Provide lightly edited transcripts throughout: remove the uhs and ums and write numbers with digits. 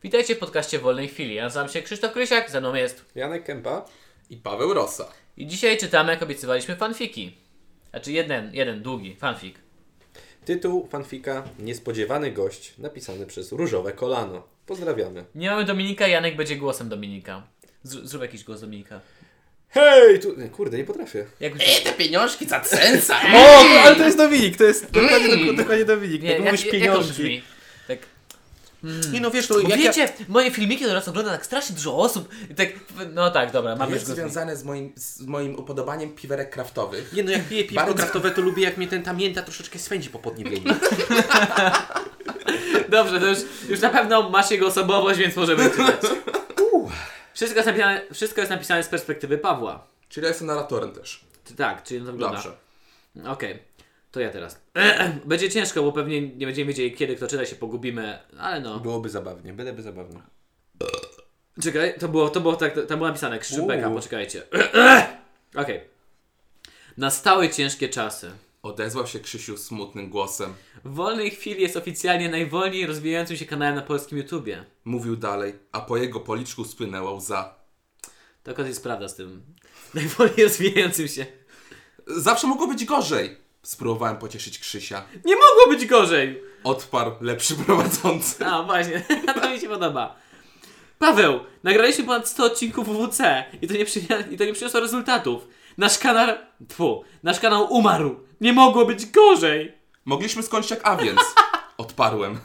Witajcie w podcaście Wolnej Chwili. Ja nazywam się Krzysztof Krysiak, ze mną jest Janek Kępa i Paweł Rosa. I dzisiaj czytamy, jak obiecywaliśmy, fanfiki. Znaczy jeden długi fanfik. Tytuł fanfika Niespodziewany gość, napisany przez Różowe Kolano. Pozdrawiamy. Nie mamy Dominika, Janek będzie głosem Dominika. Zrób jakiś głos Dominika. Hej! Kurde, nie potrafię. Te pieniążki za censa! O, ale to jest Dominik, to jest dokładnie Dominik. Nie, tak mówisz jak on pieniążki. brzmi? Tak. Nie no wiesz, to Bo wiecie, moje filmiki teraz ogląda tak strasznie dużo osób. I tak, no tak, dobra, mamy jest już go. związane z moim upodobaniem piwerek kraftowych. Nie no, jak piję piwko kraftowe, to lubię, jak mnie ta mięta troszeczkę swędzi po podniebieniu. Dobrze, to już na pewno masz jego osobowość, więc możemy czytać. Wszystko jest napisane z perspektywy Pawła. Czyli ja jestem narratorem też. Tak, czyli to wygląda. Dobrze. Okej, to ja teraz. Będzie ciężko, bo pewnie nie będziemy wiedzieli, kiedy kto czyta, się pogubimy, ale no. Byłoby zabawnie, byleby zabawnie. Czekaj, to było tak, tam było napisane Krzyszubeka, poczekajcie. Okej. Nastały ciężkie czasy. Odezwał się Krzysiu smutnym głosem. W Wolnej Chwili jest oficjalnie najwolniej rozwijającym się kanałem na polskim YouTubie. Mówił dalej, a po jego policzku spłynęła łza. To akurat jest prawda z tym najwolniej rozwijającym się. Zawsze mogło być gorzej. Spróbowałem pocieszyć Krzysia. Nie mogło być gorzej! Odparł lepszy prowadzący. A, właśnie, to mi się podoba. Paweł, nagraliśmy ponad 100 odcinków WWC i to nie przyniosło rezultatów. Nasz kanał umarł. Nie mogło być gorzej. Mogliśmy skończyć jak a więc. Odparłem.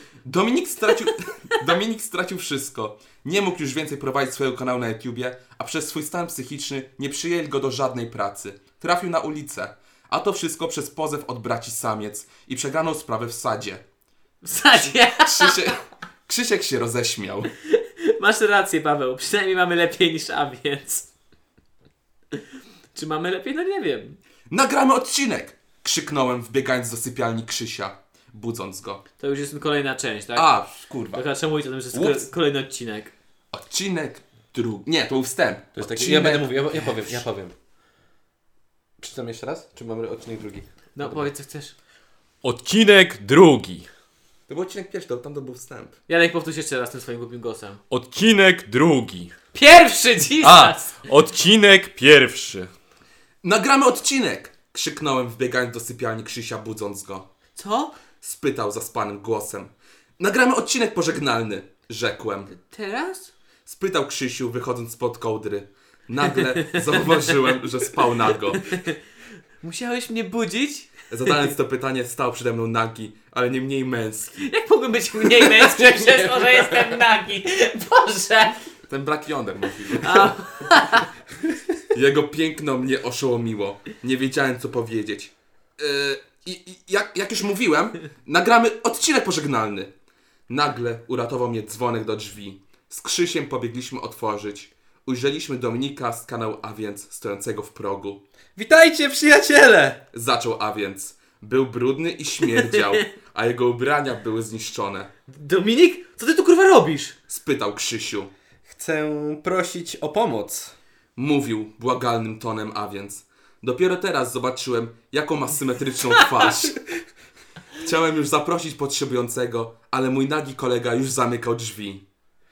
Dominik stracił wszystko. Nie mógł już więcej prowadzić swojego kanału na YouTubie, a przez swój stan psychiczny nie przyjęli go do żadnej pracy. Trafił na ulicę. A to wszystko przez pozew od braci Samiec i przegraną sprawę w sadzie. W sadzie. Krzysiek się roześmiał. Masz rację, Paweł. Przynajmniej mamy lepiej niż a więc. Czy mamy lepiej? No nie wiem. Nagramy odcinek! Krzyknąłem, wbiegając do sypialni Krzysia, budząc go. To już jest kolejna część, tak? A, kurwa. To trzeba mówić o tym, że Ups. jest kolejny odcinek. Odcinek drugi. Nie, to był wstęp. To jest taki, Odcinek... ja będę mówił, ja powiem. Przeczytam jeszcze raz? Czy mamy odcinek drugi? No powiedz co chcesz. Odcinek drugi. To był odcinek pierwszy, tam to był wstęp. Janek, powtórz jeszcze raz tym swoim głupim głosem. Odcinek drugi. Pierwszy! Jesus! Odcinek pierwszy. Nagramy odcinek! Krzyknąłem, wbiegając do sypialni Krzysia, budząc go. Co? Spytał zaspanym głosem. Nagramy odcinek pożegnalny, rzekłem. Teraz? Spytał Krzysiu, wychodząc spod kołdry. Nagle zauważyłem, że spał nago. Musiałeś mnie budzić? Zadając to pytanie, stał przede mną nagi, ale nie mniej męski. Jak mogłem być mniej męski przez to, że jestem nagi? Boże! Ten brak jąder możliwy. A, Jego piękno mnie oszołomiło. Nie wiedziałem, co powiedzieć. Jak już mówiłem, nagramy odcinek pożegnalny. Nagle uratował mnie dzwonek do drzwi. Z Krzysiem pobiegliśmy otworzyć. Ujrzeliśmy Dominika z kanału A więc, stojącego w progu. Witajcie, przyjaciele! Zaczął A więc. Był brudny i śmierdział, a jego ubrania były zniszczone. Dominik? Co ty tu kurwa robisz? Spytał Krzysiu. Chcę prosić o pomoc. Mówił błagalnym tonem A więc. Dopiero teraz zobaczyłem, jaką ma symetryczną twarz. Chciałem już zaprosić potrzebującego, ale mój nagi kolega już zamykał drzwi.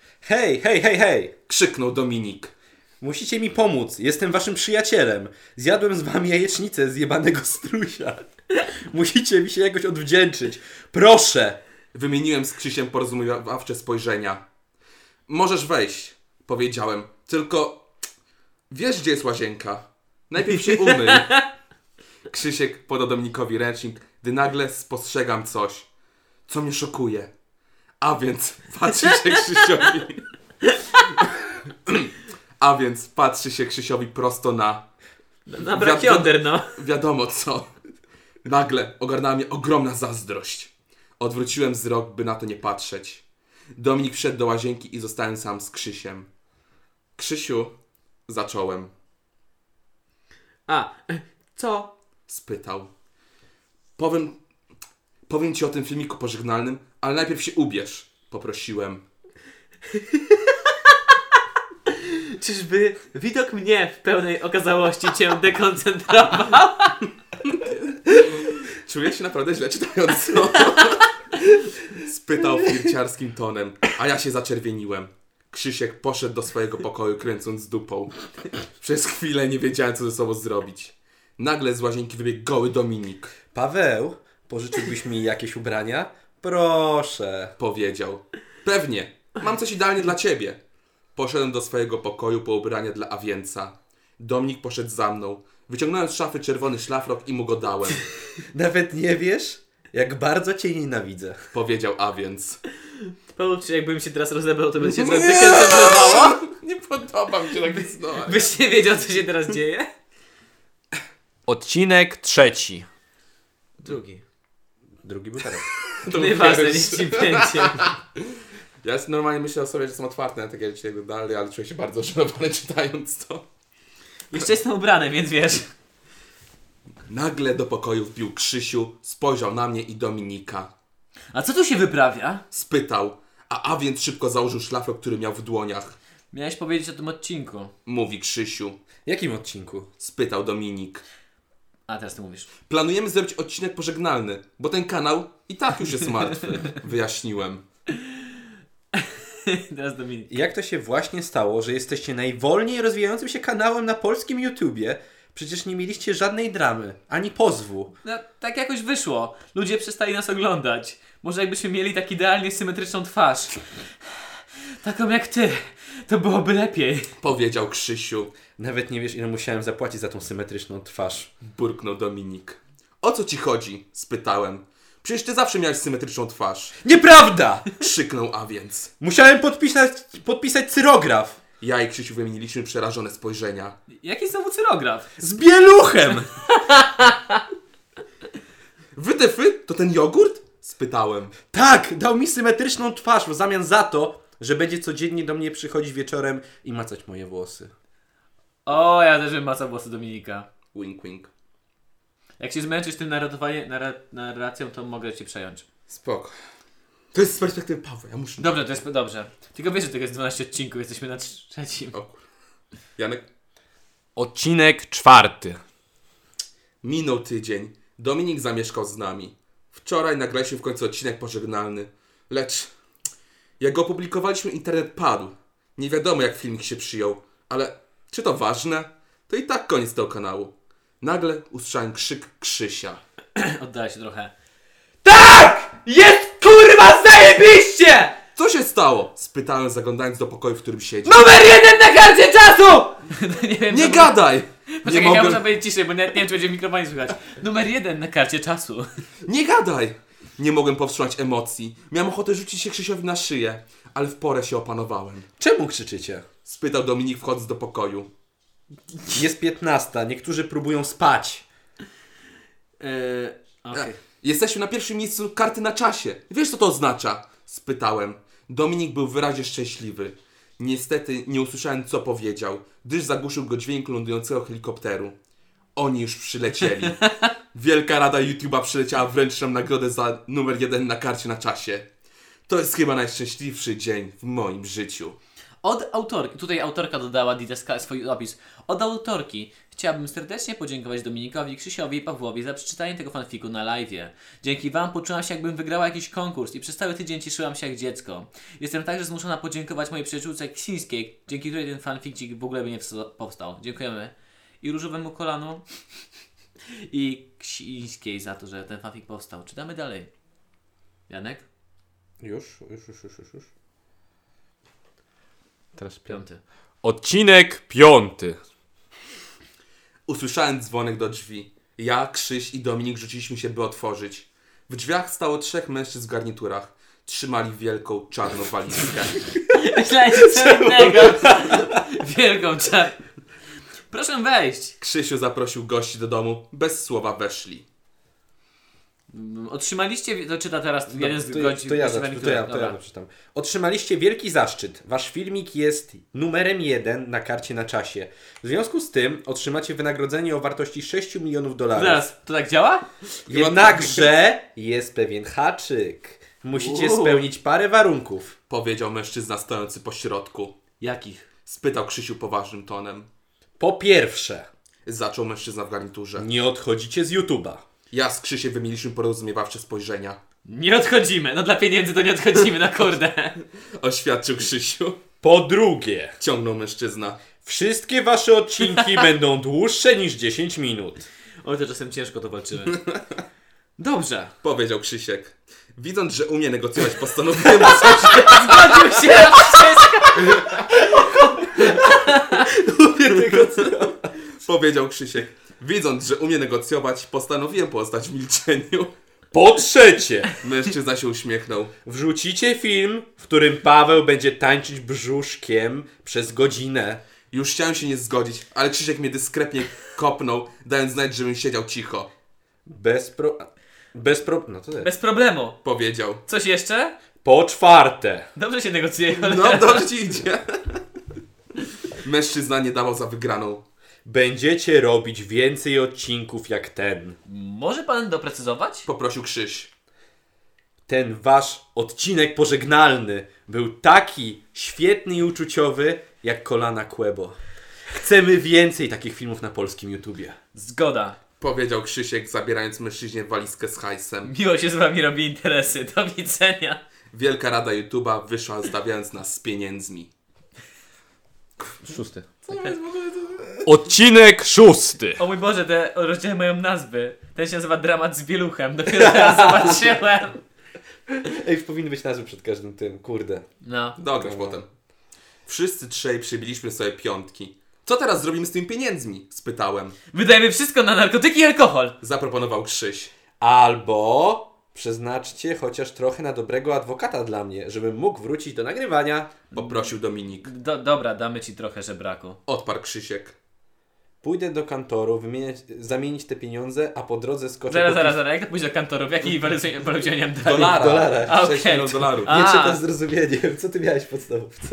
Hej! Krzyknął Dominik. Musicie mi pomóc, jestem waszym przyjacielem. Zjadłem z wami jajecznicę z jebanego strusia. Musicie mi się jakoś odwdzięczyć. Proszę! Wymieniłem z Krzysiem porozumiewawcze spojrzenia. Możesz wejść, powiedziałem. Tylko wiesz, gdzie jest łazienka? Najpierw się umyj. Krzysiek podał Dominikowi ręcznik, gdy nagle spostrzegam coś, co mnie szokuje. A więc patrzy się Krzysiowi prosto na... Na brak jąder, no. Wiadomo co. Nagle ogarnęła mnie ogromna zazdrość. Odwróciłem wzrok, by na to nie patrzeć. Dominik wszedł do łazienki i zostałem sam z Krzysiem. Krzysiu, zacząłem. A, co? Spytał. Powiem ci o tym filmiku pożegnalnym, ale najpierw się ubierz, poprosiłem. Czyżby widok mnie w pełnej okazałości cię dekoncentrował? Czuję się naprawdę źle czytając to. Spytał flirciarskim tonem, a ja się zaczerwieniłem. Krzysiek poszedł do swojego pokoju, kręcąc dupą. Przez chwilę nie wiedziałem, co ze sobą zrobić. Nagle z łazienki wybiegł goły Dominik. Paweł, pożyczyłbyś mi jakieś ubrania? Proszę. Powiedział. Pewnie, mam coś idealnie dla ciebie. Poszedłem do swojego pokoju po ubrania dla Awięca. Dominik poszedł za mną. Wyciągnąłem z szafy czerwony szlafrok i mu go dałem. Nawet nie wiesz, jak bardzo cię nienawidzę. Powiedział Awięc. Paweł, czy jakbym się teraz rozebrał, to by się trochę wykręcowało? Nie podoba mi się taki snor. Byś nie wiedział, co się teraz dzieje? Odcinek 3. Drugi. Drugi był teraz. Nieważne, niech ci będzie. Ja normalnie myślę o sobie, że są otwarte na takie rzeczy jak dalej, ale czuję się bardzo żenowany czytając to. Jeszcze jestem ubrany, więc wiesz. Nagle do pokoju wbił Krzysiu, spojrzał na mnie i Dominika. A co tu się wyprawia? Spytał, a Awięc szybko założył szlafrok, który miał w dłoniach. Miałeś powiedzieć o tym odcinku. Mówi Krzysiu. Jakim odcinku? Spytał Dominik. A, teraz ty mówisz. Planujemy zrobić odcinek pożegnalny, bo ten kanał i tak już jest martwy. Wyjaśniłem. Teraz Dominik. Jak to się właśnie stało, że jesteście najwolniej rozwijającym się kanałem na polskim YouTubie? Przecież nie mieliście żadnej dramy, ani pozwu. No, tak jakoś wyszło. Ludzie przestali nas oglądać. Może jakbyśmy mieli tak idealnie symetryczną twarz. Taką jak ty. To byłoby lepiej. Powiedział Krzysiu. Nawet nie wiesz, ile musiałem zapłacić za tą symetryczną twarz. Burknął Dominik. O co ci chodzi? Spytałem. Przecież ty zawsze miałeś symetryczną twarz. Nieprawda! Krzyknął Awięc. Musiałem podpisać cyrograf. Ja i Krzysiu wymieniliśmy przerażone spojrzenia. Jaki znowu cyrograf? Z bieluchem! Wytyfy? To ten jogurt? Spytałem. Tak, dał mi symetryczną twarz w zamian za to, że będzie codziennie do mnie przychodzić wieczorem i macać moje włosy. O, ja też bym macał włosy Dominika. Wink, wink. Jak się zmęczysz tym narracją, to mogę cię przejąć. Spoko. To jest z perspektywy Pawła, ja muszę... Dobrze, to jest dobrze. Tylko wiesz, że tego jest 12 odcinków, jesteśmy na trzecim. O kur... Janek? Odcinek 4. Minął tydzień. Dominik zamieszkał z nami. Wczoraj nagraliśmy w końcu odcinek pożegnalny. Lecz... Jak go opublikowaliśmy, internet padł. Nie wiadomo, jak filmik się przyjął. Ale czy to ważne? To i tak koniec tego kanału. Nagle usłyszałem krzyk Krzysia. Oddała się trochę. Jest kurwa zajebiście! Co się stało? Spytałem, zaglądając do pokoju, w którym siedzi. Numer 1 na karcie czasu! Nie wiem, Nie co- gadaj! Poczekaj, ja muszę powiedzieć ciszej, bo nie wiem, czy będzie w mikrofonie słychać. Numer 1 na karcie czasu. Nie gadaj! Nie mogłem powstrzymać emocji. Miałem ochotę rzucić się Krzysiowi na szyję, ale w porę się opanowałem. Czemu krzyczycie? Spytał Dominik, wchodząc do pokoju. Jest 15, niektórzy próbują spać. Okej. Jesteśmy na pierwszym miejscu karty na czasie. Wiesz, co to oznacza? Spytałem. Dominik był wyraźnie szczęśliwy. Niestety nie usłyszałem, co powiedział, gdyż zagłuszył go dźwięk lądującego helikopteru. Oni już przylecieli. Wielka Rada YouTube'a przyleciała wręcz nam nagrodę za numer 1 na karcie na czasie. To jest chyba najszczęśliwszy dzień w moim życiu. Od autorki, tutaj autorka dodała Dideska swój opis. Od autorki chciałabym serdecznie podziękować Dominikowi, Krzysiowi i Pawłowi za przeczytanie tego fanfiku na live'ie. Dzięki wam poczułam się, jakbym wygrała jakiś konkurs i przez cały tydzień cieszyłam się jak dziecko. Jestem także zmuszona podziękować mojej przyjaciółce Ksińskiej, dzięki której ten fanfic w ogóle by nie powstał. Dziękujemy. I Różowemu Kolanu i Ksińskiej za to, że ten fanfic powstał. Czytamy dalej. Janek? Już. Teraz 5. Odcinek 5. Usłyszałem dzwonek do drzwi. Ja, Krzyś i Dominik rzuciliśmy się, by otworzyć. W drzwiach stało 3 mężczyzn w garniturach. Trzymali wielką, czarną walizkę. Myślałem, że co innego. Wielką czar. Proszę wejść. Krzysiu zaprosił gości do domu. Bez słowa weszli. Otrzymaliście, to czyta teraz jeden z gości. To ja przeczytam. Otrzymaliście wielki zaszczyt. Wasz filmik jest numerem 1 na karcie na czasie. W związku z tym otrzymacie wynagrodzenie o wartości $6 milionów. Zaraz, to tak działa? Jednakże jest pewien haczyk. Musicie spełnić parę warunków. Powiedział mężczyzna stojący po środku. Jakich? Spytał Krzysiu poważnym tonem. Po pierwsze, Zaczął mężczyzna w garniturze. nie odchodzicie z YouTube'a. Ja z Krzysiem wymieniliśmy porozumiewawcze spojrzenia. Nie odchodzimy. No dla pieniędzy to nie odchodzimy, no kurde. Oświadczył Krzysiu. Po drugie, Ciągnął mężczyzna. wszystkie wasze odcinki będą dłuższe niż 10 minut. Oj, to czasem ciężko to walczymy. Dobrze. Powiedział Krzysiek. Widząc, że umie negocjować, postanowiłem Zgodził się na wszystko. Powiedział Krzysiek. Widząc, że umie negocjować, postanowiłem pozostać w milczeniu. Po trzecie, Mężczyzna się uśmiechnął. wrzucicie film, w którym Paweł będzie tańczyć brzuszkiem przez godzinę. Już chciałem się nie zgodzić, ale Krzysiek mnie dyskretnie kopnął, dając znać, żebym siedział cicho. No to jest. Bez problemu. Powiedział. Coś jeszcze? Po czwarte, Dobrze się negocjuje. No, dobrze ci idzie. Mężczyzna nie dawał za wygraną. będziecie robić więcej odcinków jak ten. Może pan doprecyzować? Poprosił Krzyś. Ten wasz odcinek pożegnalny był taki świetny i uczuciowy jak kolana Kłebo. Chcemy więcej takich filmów na polskim YouTubie. Zgoda. Powiedział Krzysiek, zabierając mężczyźnie walizkę z hajsem. Miło się z wami robi interesy. Do widzenia. Wielka Rada YouTube'a wyszła, zostawiając nas z pieniędzmi. 6. Odcinek 6. O mój Boże, te rozdziały mają nazwy. Ten się nazywa Dramat z Bieluchem. Dopiero teraz zobaczyłem. Ej, powinny być nazwy przed każdym tym, kurde. No. Dograsz potem. Wszyscy trzej przybiliśmy sobie piątki. Co teraz zrobimy z tymi pieniędzmi? Spytałem. Wydajemy wszystko na narkotyki i alkohol. Zaproponował Krzyś. Albo przeznaczcie chociaż trochę na dobrego adwokata dla mnie, żebym mógł wrócić do nagrywania. Poprosił Dominik. Dobra, damy ci trochę żebraku. Odparł Krzysiek. Pójdę do kantoru, zamienić te pieniądze, a po drodze skoczę Zaraz, jak to pójść do kantoru? W jakiej walucie nie dali? Dolara. dolarach. A, 6 okej. milionów dolarów. A. Nie czytam zrozumieniem. Co ty miałeś w podstawówce?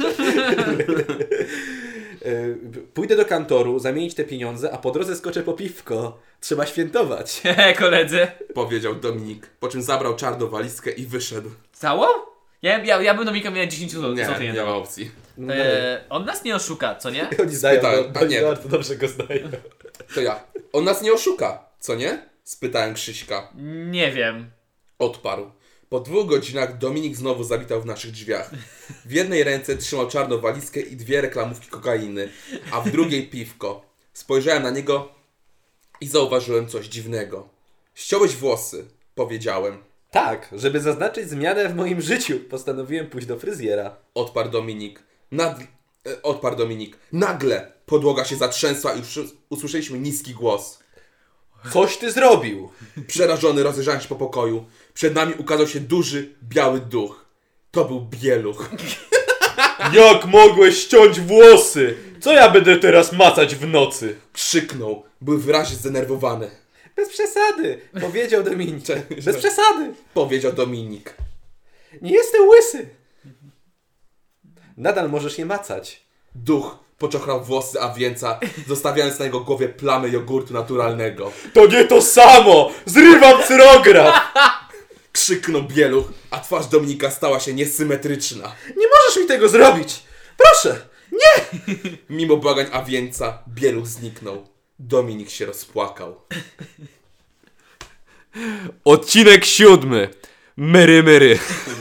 Pójdę do kantoru, zamienić te pieniądze, a po drodze skoczę po piwko. Trzeba świętować. Koledzy. Powiedział Dominik. Po czym zabrał czarną walizkę i wyszedł. Całą? Ja bym Dominika miał 10 zł. Nie, nie ma opcji. On nas nie oszuka, co nie? Oni znają, Spytałem, a nie. bardzo dobrze go znają. To ja. On nas nie oszuka, co nie? Spytałem Krzyśka. Nie wiem. Odparł. Po 2 godzinach Dominik znowu zawitał w naszych drzwiach. W jednej ręce trzymał czarną walizkę i 2 reklamówki kokainy, a w drugiej piwko. Spojrzałem na niego i zauważyłem coś dziwnego. Ściąłeś włosy, powiedziałem. Tak, żeby zaznaczyć zmianę w moim życiu, postanowiłem pójść do fryzjera. Odparł Dominik. Nagle podłoga się zatrzęsła i usłyszeliśmy niski głos. Coś ty zrobił! Przerażony rozejrzałem się po pokoju. Przed nami ukazał się duży, biały duch. To był Bieluch. Jak mogłeś ściąć włosy? Co ja będę teraz macać w nocy? Krzyknął. Był wyraźnie zdenerwowany. Bez przesady, powiedział Dominik. Bez przesady. Powiedział Dominik. Nie jestem łysy. Nadal możesz je macać. Duch poczochrał włosy Awieńca, zostawiając na jego głowie plamy jogurtu naturalnego. To nie to samo! Zrywam cyrograf! Krzyknął Bieluch, a twarz Dominika stała się niesymetryczna. Nie możesz mi tego zrobić! Proszę! Mimo błagań Awieńca, Bieluch zniknął. Dominik się rozpłakał. Odcinek 7. Myry.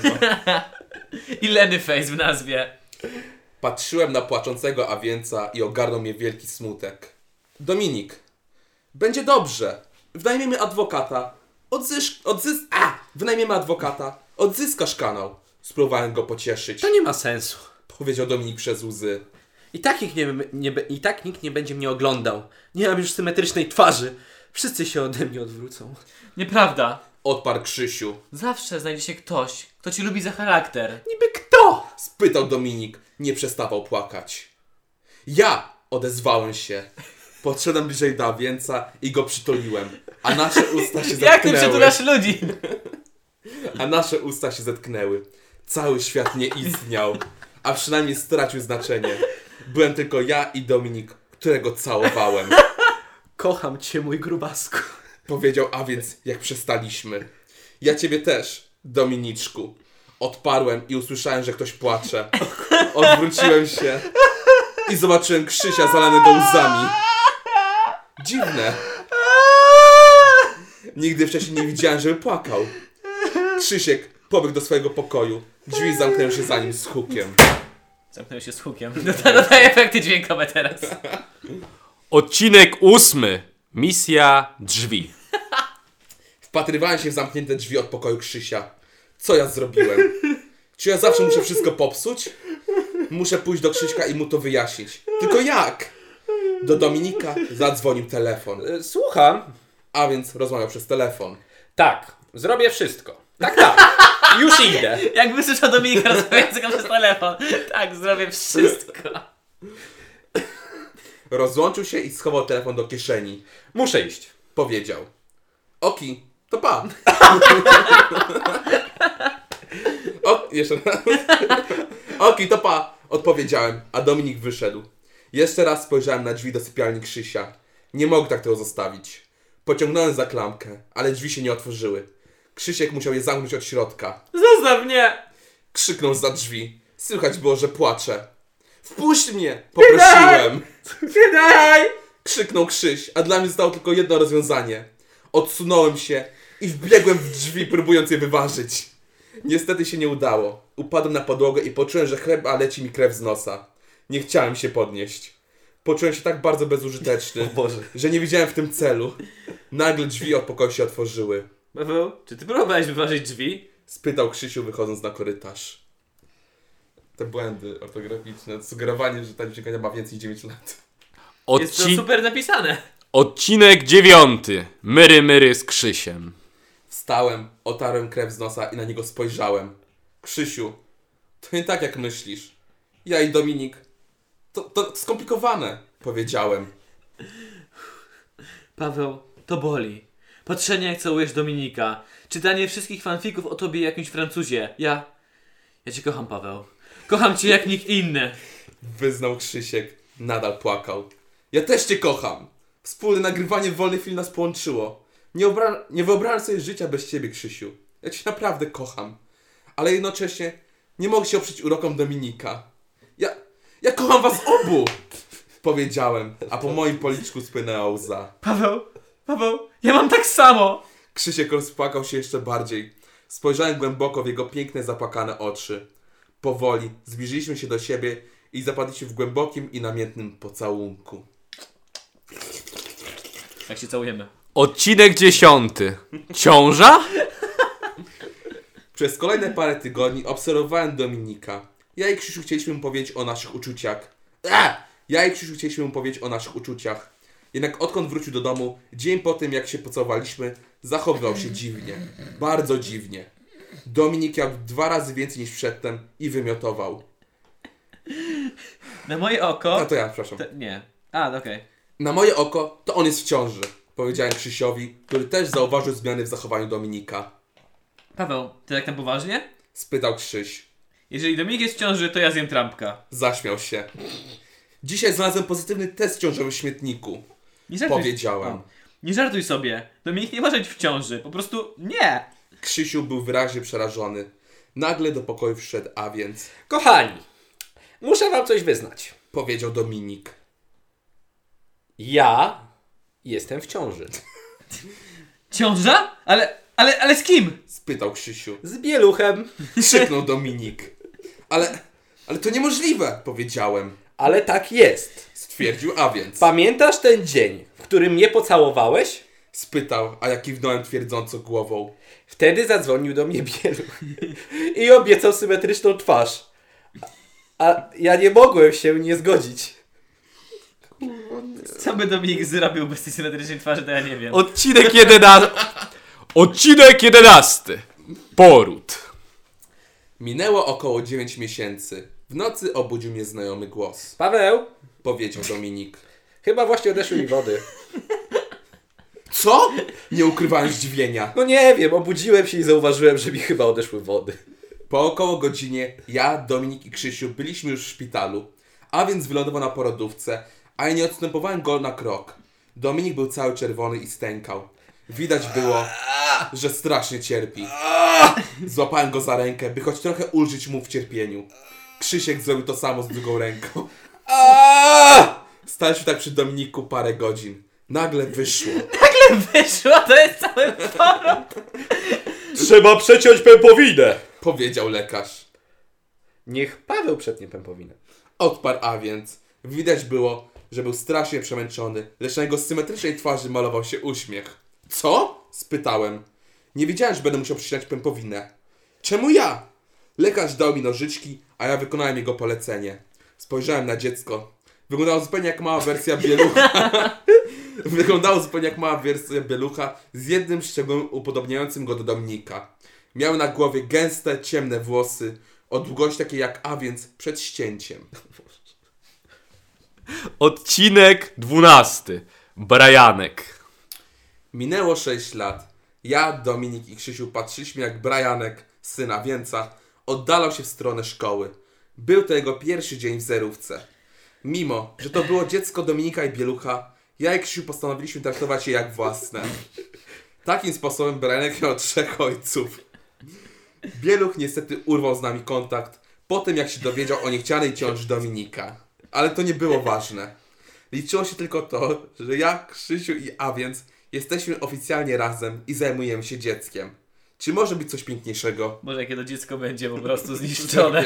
I Lenny Face w nazwie. Patrzyłem na płaczącego Awieńca i ogarnął mnie wielki smutek. Dominik, będzie dobrze. Wynajmiemy adwokata. Wynajmiemy adwokata. Odzyskasz kanał. Spróbowałem go pocieszyć. To nie ma sensu. Powiedział Dominik przez łzy. I tak nikt nie będzie mnie oglądał. Nie mam już symetrycznej twarzy. Wszyscy się ode mnie odwrócą. Nieprawda. Odparł Krzysiu. Zawsze znajdzie się ktoś, kto ci lubi za charakter. Niby kto? Spytał Dominik. Nie przestawał płakać. Ja odezwałem się. Podszedłem bliżej do Awieńca i go przytuliłem. A nasze usta się Jak ty zetknęły. przytulasz ludzi? A nasze usta się zetknęły. Cały świat nie istniał. A przynajmniej stracił znaczenie. Byłem tylko ja i Dominik, którego całowałem. Kocham cię, mój grubasku. Powiedział Awiec, jak przestaliśmy. Ja ciebie też, Dominiczku. Odparłem i usłyszałem, że ktoś płacze. Odwróciłem się i zobaczyłem Krzysia zalanego łzami. Dziwne. Nigdy wcześniej nie widziałem, żeby płakał. Krzysiek pobiegł do swojego pokoju. Drzwi zamknęły się za nim z hukiem. Zamknął się z hukiem. Dodaję efekty dźwiękowe teraz. Odcinek 8. Misja drzwi. Wpatrywałem się w zamknięte drzwi od pokoju Krzysia. Co ja zrobiłem? Czy ja zawsze muszę wszystko popsuć? Muszę pójść do Krzyśka i mu to wyjaśnić. Tylko jak? Do Dominika zadzwonił telefon. Słucham. A więc rozmawiał przez telefon. Tak, zrobię wszystko. Tak. Już idę. Jakby słyszał Dominika rozmawiającego przez telefon. Tak, zrobię wszystko. Rozłączył się i schował telefon do kieszeni. Muszę iść. Powiedział. Oki, to pa. Jeszcze raz. Oki, to pa. Odpowiedziałem, a Dominik wyszedł. Jeszcze raz spojrzałem na drzwi do sypialni Krzysia. Nie mogę tak tego zostawić. Pociągnąłem za klamkę, ale drzwi się nie otworzyły. Krzysiek musiał je zamknąć od środka. Zostaw mnie! Krzyknął zza drzwi. Słychać było, że płacze. Wpuść mnie! Poprosiłem. Wydaj! Krzyknął Krzyś, a dla mnie zostało tylko jedno rozwiązanie. Odsunąłem się i wbiegłem w drzwi, próbując je wyważyć. Niestety się nie udało. Upadłem na podłogę i poczułem, że chyba leci mi krew z nosa. Nie chciałem się podnieść. Poczułem się tak bardzo bezużyteczny, że nie widziałem w tym celu. Nagle drzwi od pokoju się otworzyły. Paweł, czy ty próbowałeś wyważyć drzwi? Spytał Krzysiu, wychodząc na korytarz. Te błędy ortograficzne, sugerowanie, że ta dziewczynka ma więcej niż 9 lat. Jest to super napisane. Odcinek 9. Myry z Krzysiem. Wstałem, otarłem krew z nosa i na niego spojrzałem. Krzysiu, to nie tak jak myślisz. Ja i Dominik. To skomplikowane, powiedziałem. Paweł, to boli. Patrzenie jak całujesz Dominika. Czytanie wszystkich fanfików o tobie i jakimś Francuzie. Ja cię kocham, Paweł. Kocham cię jak nikt inny. Wyznał Krzysiek. Nadal płakał. Ja też cię kocham. Wspólne nagrywanie w wolny film nas połączyło. Nie wyobrażam sobie życia bez ciebie, Krzysiu. Ja cię naprawdę kocham. Ale jednocześnie nie mogę się oprzeć urokom Dominika. Ja kocham was obu! Powiedziałem, a po moim policzku spłynęła łza. Paweł, ja mam tak samo. Krzysiek rozpłakał się jeszcze bardziej. Spojrzałem głęboko w jego piękne, zapłakane oczy. Powoli zbliżyliśmy się do siebie i zapadliśmy w głębokim i namiętnym pocałunku. Jak się całujemy? Odcinek 10. Ciąża? Przez kolejne parę tygodni obserwowałem Dominika. Ja i Krzysiu chcieliśmy mu powiedzieć o naszych uczuciach. Jednak odkąd wrócił do domu, dzień po tym jak się pocałowaliśmy, zachowywał się dziwnie. Bardzo dziwnie. Dominik jadł 2 razy więcej niż przedtem i wymiotował. Na moje oko... A to ja, przepraszam. Nie. Okej. Na moje oko, to on jest w ciąży, powiedziałem Krzysiowi, który też zauważył zmiany w zachowaniu Dominika. Paweł, ty tak na poważnie? Spytał Krzyś. Jeżeli Dominik jest w ciąży, to ja zjem trampka. Zaśmiał się. Dzisiaj znalazłem pozytywny test ciążowy w śmietniku. Nie żartuj. Powiedziałem. Nie żartuj sobie. Dominik nie może być w ciąży. Po prostu nie. Krzysiu był wyraźnie przerażony. Nagle do pokoju wszedł, a więc... Kochani, muszę wam coś wyznać. Powiedział Dominik. Ja jestem w ciąży. Ciąża? Ale z kim? Spytał Krzysiu. Z bieluchem. Krzyknął Dominik. Ale to niemożliwe, powiedziałem. Ale tak jest. Stwierdził, a więc. Pamiętasz ten dzień, w którym mnie pocałowałeś? Spytał, a ja kiwnąłem twierdząco głową. Wtedy zadzwonił do mnie bieluch i obiecał symetryczną twarz. A ja nie mogłem się nie zgodzić. Co by Dominik zrobił bez tej symetrycznej twarzy, to ja nie wiem. Odcinek 11. Odcinek 11. Poród. Minęło około 9 miesięcy. W nocy obudził mnie znajomy głos. Paweł, Powiedział Dominik. chyba właśnie odeszły mi wody. Co? Nie ukrywałem zdziwienia. No nie wiem, obudziłem się i zauważyłem, że mi chyba odeszły wody. Po około godzinie ja, Dominik i Krzysiu byliśmy już w szpitalu, a więc wylądował na porodówce, a ja nie odstępowałem go na krok. Dominik był cały czerwony i stękał. Widać było, że strasznie cierpi. Złapałem go za rękę, by choć trochę ulżyć mu w cierpieniu. Krzysiek zrobił to samo z drugą ręką. Staliśmy tak przy Dominiku parę godzin. Nagle wyszło. Wyszło, to jest cały poród. Trzeba przeciąć pępowinę! Powiedział lekarz. Niech Paweł przetnie pępowinę. Odparł a więc. Widać było, że był strasznie przemęczony, lecz na jego symetrycznej twarzy malował się uśmiech. Co? Spytałem. Nie wiedziałem, że będę musiał przycinać pępowinę. Czemu ja? Lekarz dał mi nożyczki, a ja wykonałem jego polecenie. Spojrzałem na dziecko. Wyglądało zupełnie jak mała wersja bielucha. Wyglądało zupełnie jak mała wersja bielucha z jednym szczegółem upodobniającym go do Dominika. Miał na głowie gęste, ciemne włosy, o długości takiej jak a więc przed ścięciem. Odcinek 12. Brajanek. Minęło 6 lat. Ja, Dominik i Krzysiu patrzyliśmy jak Brajanek, syna Więca, oddalał się w stronę szkoły. Był to jego pierwszy dzień w zerówce. Mimo, że to było dziecko Dominika i Bielucha, ja i Krzysiu postanowiliśmy traktować je jak własne. Takim sposobem Brajanek miał 3 ojców. Bieluch niestety urwał z nami kontakt po tym, jak się dowiedział o niechcianej ciąży Dominika. Ale to nie było ważne. Liczyło się tylko to, że ja, Krzysiu i a więc jesteśmy oficjalnie razem i zajmujemy się dzieckiem. Czy może być coś piękniejszego? Może kiedy dziecko będzie po prostu zniszczone.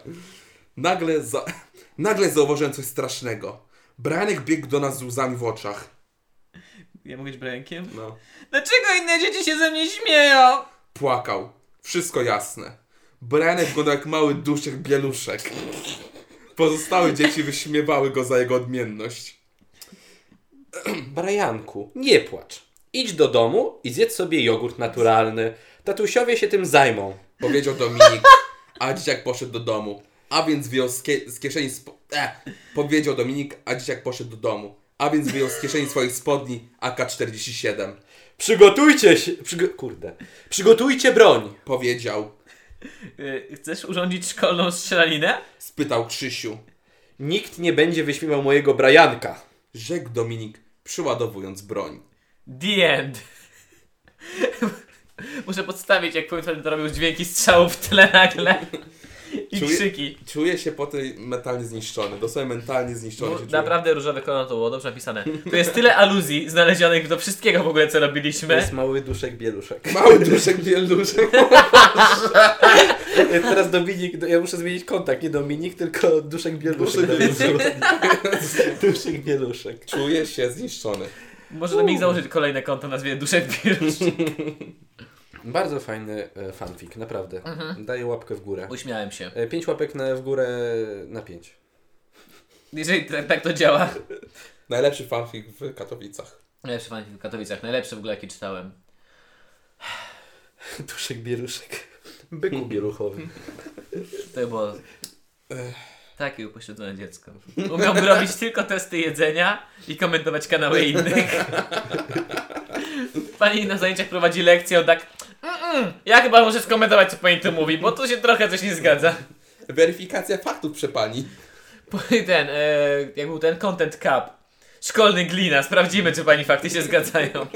Nagle zauważyłem coś strasznego. Brajanek biegł do nas z łzami w oczach. Ja mogę być Briankiem? No. Dlaczego inne dzieci się ze mnie śmieją? Płakał. Wszystko jasne. Brajanek wyglądał jak mały duszek bieluszek. Pozostałe dzieci wyśmiewały go za jego odmienność. Brajanku, nie płacz. Idź do domu i zjedz sobie jogurt naturalny. Tatusiowie się tym zajmą. Powiedział Dominik, a dzieciak poszedł do domu. A więc wyjął z kieszeni... Powiedział Dominik, a dzieciak poszedł do domu. A więc wyjął z kieszeni swoich spodni AK-47. Przygotujcie się... Przygotujcie broń. Powiedział. Chcesz urządzić szkolną strzelaninę? Spytał Krzysiu. Nikt nie będzie wyśmiewał mojego Brajanka. Rzekł Dominik, przyładowując broń. The end. Muszę podstawić, jak powiem, to robił dźwięki strzałów w tle nagle. I krzyki. Czuję się po tej mentalnie zniszczony. Dosłownie mentalnie zniszczony się czuję. Naprawdę różowe kolano to było dobrze napisane. Tu jest tyle aluzji znalezionych do wszystkiego w ogóle, co To robiliśmy. jest mały duszek bieluszek. Mały duszek bieluszek. Teraz Dominik, ja muszę zmienić kontakt, nie Dominik, tylko duszek bieluszek. Duszek bieluszek. Czuję się zniszczony. Może Dominik założyć kolejne konto, nazwie Duszek Birusz. Bardzo fajny fanfic, naprawdę. Daję łapkę w górę. Uśmiałem się. 5 łapek w górę na 5. Jeżeli tak to działa. Najlepszy fanfic w Katowicach. Najlepszy fanfic w Katowicach. Najlepszy w ogóle jaki czytałem. Duszek bieluszek. Byku bieluchowy. To było takie upośledzone dziecko. Umiałby robić tylko testy jedzenia i komentować kanały innych. Pani na zajęciach prowadzi lekcję, on tak ja chyba muszę skomentować, co pani tu mówi, bo tu się trochę coś nie zgadza. Weryfikacja faktów, przepani. Ten, jak był ten Content Cup. Szkolny glina, sprawdzimy, czy pani fakty się zgadzają.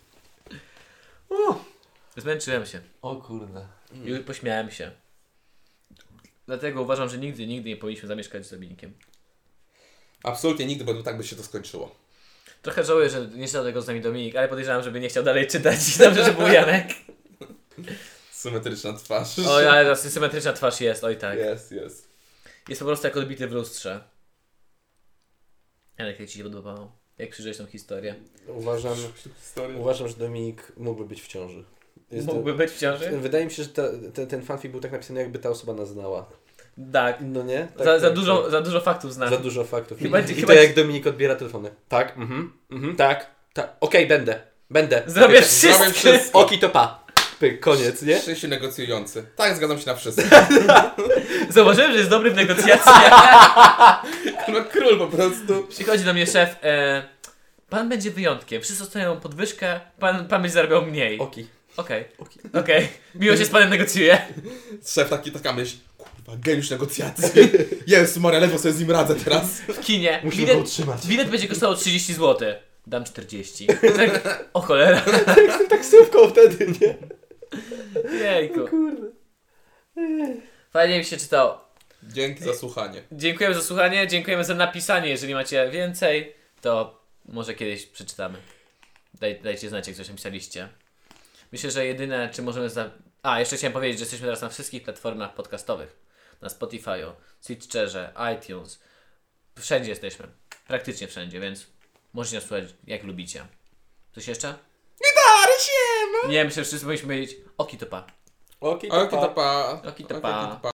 Zmęczyłem się. O kurde. I pośmiałem się. Dlatego uważam, że nigdy nie powinniśmy zamieszkać z Dominikiem. Absolutnie nigdy, bo tak by się to skończyło. Trochę żałuję, że nie czytał tego z nami Dominik, ale podejrzewam, żeby nie chciał dalej czytać. Dobrze, że był Janek. Symetryczna twarz. Oj, ale ta symetryczna twarz jest, oj tak. Jest. Jest po prostu jak odbity w lustrze. Janek, jak ci się podobało? Jak przeżyłeś tą historię? Uważam, że Dominik mógłby być w ciąży. Mógłby być w ciąży? Wydaje mi się, że ten fanfic był tak napisany, jakby ta osoba nas znała. Tak. No nie? Tak, Za dużo faktów znam. Za dużo faktów. Chyba- I chyba- to jak Dominik odbiera telefony. Tak, tak. Okej, będę. Zrobię Zrobię wszystko. Oki to pa. Pyk, koniec, nie? Szczęście negocjujący. Tak, zgadzam się na wszystko. Zauważyłem, że jest dobry w negocjacjach. No król po prostu. Przychodzi do mnie szef, pan będzie wyjątkiem, wszyscy dostają podwyżkę, pan będzie zarabiał mniej. Oki. Okej. Miło się z panem negocjuje. Szef taka myśl. Kurwa, geniusz negocjacji. Jezu Maria, ledwo sobie z nim radzę teraz. W kinie. Musimy go utrzymać. Bilet będzie kosztował 30 zł. Dam 40. Tak, o cholera. Z tym taksówką wtedy, nie? Jejku. Kurde. Fajnie mi się czytało. Dzięki za słuchanie. Dziękujemy za słuchanie, dziękujemy za napisanie. Jeżeli macie więcej, to może kiedyś przeczytamy. Dajcie znać, jak coś napisaliście. Myślę, że jedyne, czy możemy A, jeszcze chciałem powiedzieć, że jesteśmy teraz na wszystkich platformach podcastowych. Na Spotify'u, Stitcherze, iTunes. Wszędzie jesteśmy. Praktycznie wszędzie, więc możecie nas słuchać jak lubicie. Coś jeszcze? Nie, myślę, że wszyscy powinniśmy powiedzieć oki to pa. Oki, Oki to pa. Oki to pa.